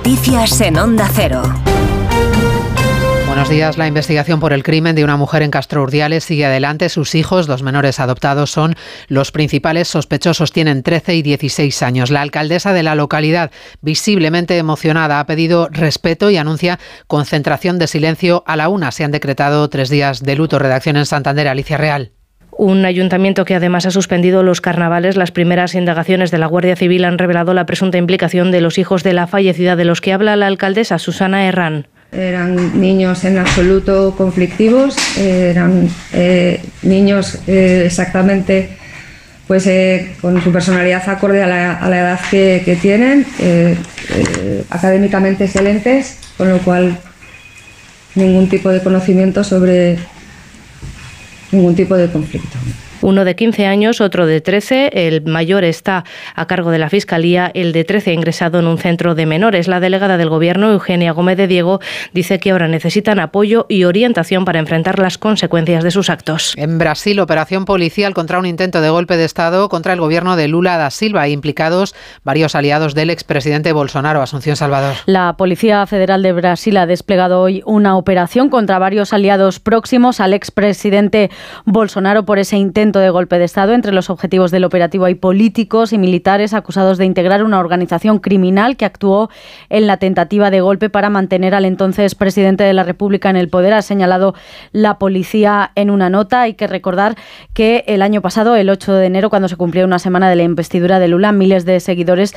Noticias en Onda Cero. Buenos días. La investigación por el crimen de una mujer en Castro Urdiales sigue adelante. Sus hijos, 2 menores adoptados, son los principales sospechosos. Tienen 13 y 16 años. La alcaldesa de la localidad, visiblemente emocionada, ha pedido respeto y anuncia concentración de silencio a la 1. Se han decretado 3 días de luto. Redacción en Santander, Alicia Real. Un ayuntamiento que además ha suspendido los carnavales. Las primeras indagaciones de la Guardia Civil han revelado la presunta implicación de los hijos de la fallecida, de los que habla la alcaldesa Susana Herrán. Eran niños en absoluto conflictivos, eran niños exactamente pues con su personalidad acorde a la edad que tienen, académicamente excelentes, con lo cual ningún tipo de conocimiento sobre ningún tipo de conflicto. Uno de 15 años, otro de 13. El mayor está a cargo de la Fiscalía. El de 13 ha ingresado en un centro de menores. La delegada del Gobierno, Eugenia Gómez de Diego, dice que ahora necesitan apoyo y orientación para enfrentar las consecuencias de sus actos. En Brasil, operación policial contra un intento de golpe de Estado contra el gobierno de Lula da Silva. Implicados varios aliados del expresidente Bolsonaro. Asunción Salvador. La Policía Federal de Brasil ha desplegado hoy una operación contra varios aliados próximos al expresidente Bolsonaro por ese intento de golpe de Estado. Entre los objetivos del operativo hay políticos y militares acusados de integrar una organización criminal que actuó en la tentativa de golpe para mantener al entonces presidente de la República en el poder, ha señalado la policía en una nota. Hay que recordar que el año pasado, el 8 de enero, cuando se cumplió una semana de la investidura de Lula, miles de seguidores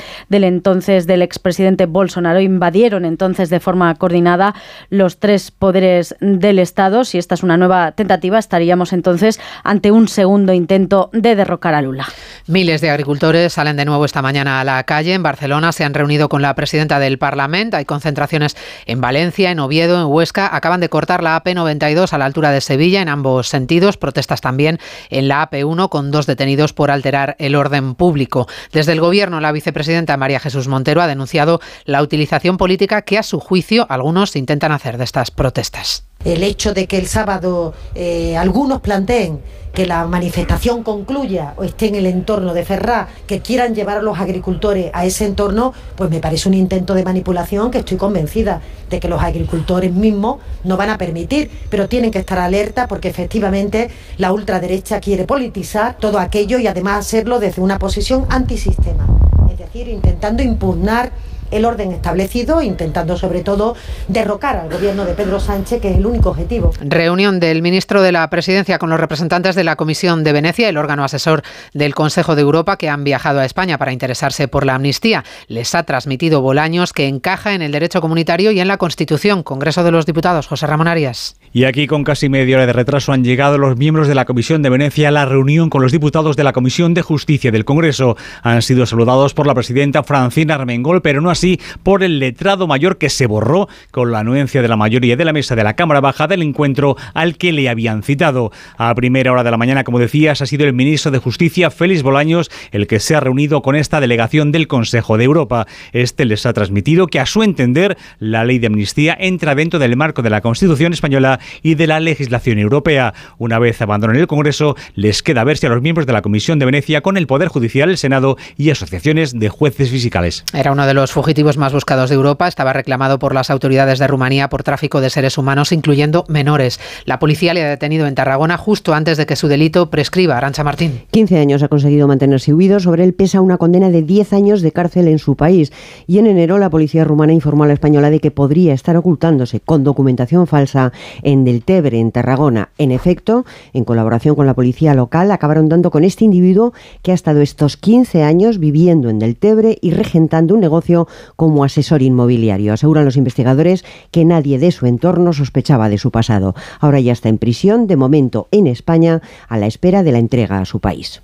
del expresidente Bolsonaro invadieron entonces de forma coordinada los 3 poderes del Estado. Si esta es una nueva tentativa, estaríamos entonces ante un segundo intento de derrocar a Lula. Miles de agricultores salen de nuevo esta mañana a la calle. En Barcelona se han reunido con la presidenta del Parlamento. Hay concentraciones en Valencia, en Oviedo, en Huesca. Acaban de cortar la AP92 a la altura de Sevilla en ambos sentidos. Protestas también en la AP1 con 2 detenidos por alterar el orden público. Desde el Gobierno, la vicepresidenta María Jesús Montero ha denunciado la utilización política que, a su juicio, algunos intentan hacer de estas protestas. El hecho de que el sábado algunos planteen que la manifestación concluya o esté en el entorno de Ferraz, que quieran llevar a los agricultores a ese entorno, pues me parece un intento de manipulación que estoy convencida de que los agricultores mismos no van a permitir, pero tienen que estar alerta porque efectivamente la ultraderecha quiere politizar todo aquello y además hacerlo desde una posición antisistema, es decir, intentando impugnar el orden establecido, intentando sobre todo derrocar al gobierno de Pedro Sánchez, que es el único objetivo. Reunión del ministro de la Presidencia con los representantes de la Comisión de Venecia, el órgano asesor del Consejo de Europa, que han viajado a España para interesarse por la amnistía. Les ha transmitido Bolaños que encaja en el derecho comunitario y en la Constitución. Congreso de los Diputados, José Ramón Arias. Y aquí, con casi media hora de retraso, han llegado los miembros de la Comisión de Venecia a la reunión con los diputados de la Comisión de Justicia del Congreso. Han sido saludados por la presidenta Francina Armengol, pero no así por el letrado mayor, que se borró con la anuencia de la mayoría de la mesa de la Cámara Baja del encuentro al que le habían citado. A primera hora de la mañana, como decías, ha sido el ministro de Justicia, Félix Bolaños, el que se ha reunido con esta delegación del Consejo de Europa. Este les ha transmitido que, a su entender, la ley de amnistía entra dentro del marco de la Constitución española y de la legislación europea. Una vez abandonen el Congreso, les queda ver si a los miembros de la Comisión de Venecia, con el Poder Judicial, el Senado y asociaciones de jueces fiscales. Era uno de los fugitivos más buscados de Europa. Estaba reclamado por las autoridades de Rumanía por tráfico de seres humanos, incluyendo menores. La policía le ha detenido en Tarragona justo antes de que su delito prescriba. Arantxa Martín. 15 años ha conseguido mantenerse huido. Sobre él pesa una condena de 10 años de cárcel en su país. Y en enero la policía rumana informó a la española de que podría estar ocultándose con documentación falsa en Deltebre, en Tarragona. En efecto, en colaboración con la policía local, acabaron dando con este individuo que ha estado estos 15 años viviendo en Deltebre y regentando un negocio como asesor inmobiliario. Aseguran los investigadores que nadie de su entorno sospechaba de su pasado. Ahora ya está en prisión, de momento en España, a la espera de la entrega a su país.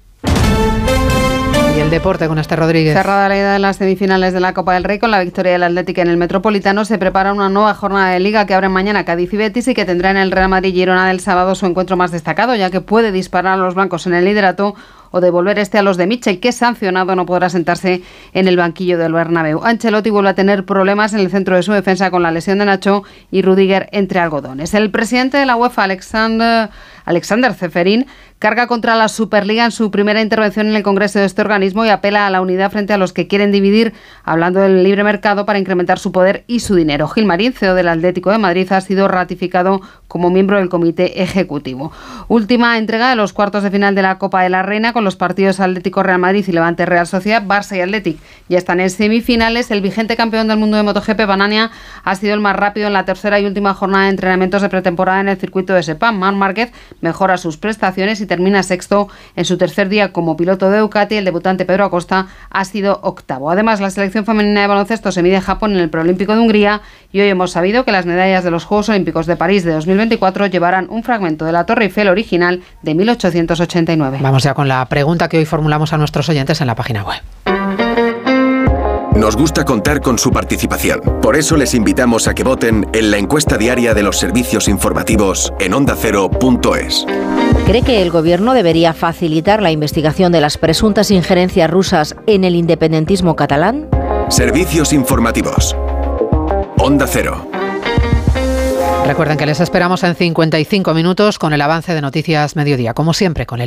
Y el deporte con Esther Rodríguez. Cerrada la ida de las semifinales de la Copa del Rey con la victoria del Atlético en el Metropolitano, se prepara una nueva jornada de Liga que abre mañana Cádiz y Betis y que tendrá en el Real Madrid Girona del sábado su encuentro más destacado, ya que puede disparar a los blancos en el liderato o devolver a los de Mitchell, que sancionado no podrá sentarse en el banquillo del Bernabéu. Ancelotti vuelve a tener problemas en el centro de su defensa con la lesión de Nacho y Rüdiger entre algodones. El presidente de la UEFA, Alexander Ceferin, carga contra la Superliga en su primera intervención en el Congreso de este organismo y apela a la unidad frente a los que quieren dividir, hablando del libre mercado para incrementar su poder y su dinero. Gilmarín, CEO del Atlético de Madrid, ha sido ratificado como miembro del Comité Ejecutivo. Última entrega de los cuartos de final de la Copa de la Reina, con los partidos Atlético Real Madrid y Levante Real Sociedad. Barça y Athletic ya están en semifinales. El vigente campeón del mundo de MotoGP, Banania, ha sido el más rápido en la tercera y última jornada de entrenamientos de pretemporada en el circuito de Sepang. Marc Márquez mejora sus prestaciones y termina sexto en su tercer día como piloto de Ducati. El debutante Pedro Acosta ha sido octavo. Además, la selección femenina de baloncesto se mide en Japón en el Preolímpico de Hungría y hoy hemos sabido que las medallas de los Juegos Olímpicos de París de 2024 llevarán un fragmento de la Torre Eiffel original de 1889. Vamos ya con la pregunta que hoy formulamos a nuestros oyentes en la página web. Nos gusta contar con su participación. Por eso les invitamos a que voten en la encuesta diaria de los servicios informativos en ondacero.es. ¿Cree que el gobierno debería facilitar la investigación de las presuntas injerencias rusas en el independentismo catalán? Servicios informativos. Onda Cero. Recuerden que les esperamos en 55 minutos con el avance de Noticias Mediodía, como siempre, con el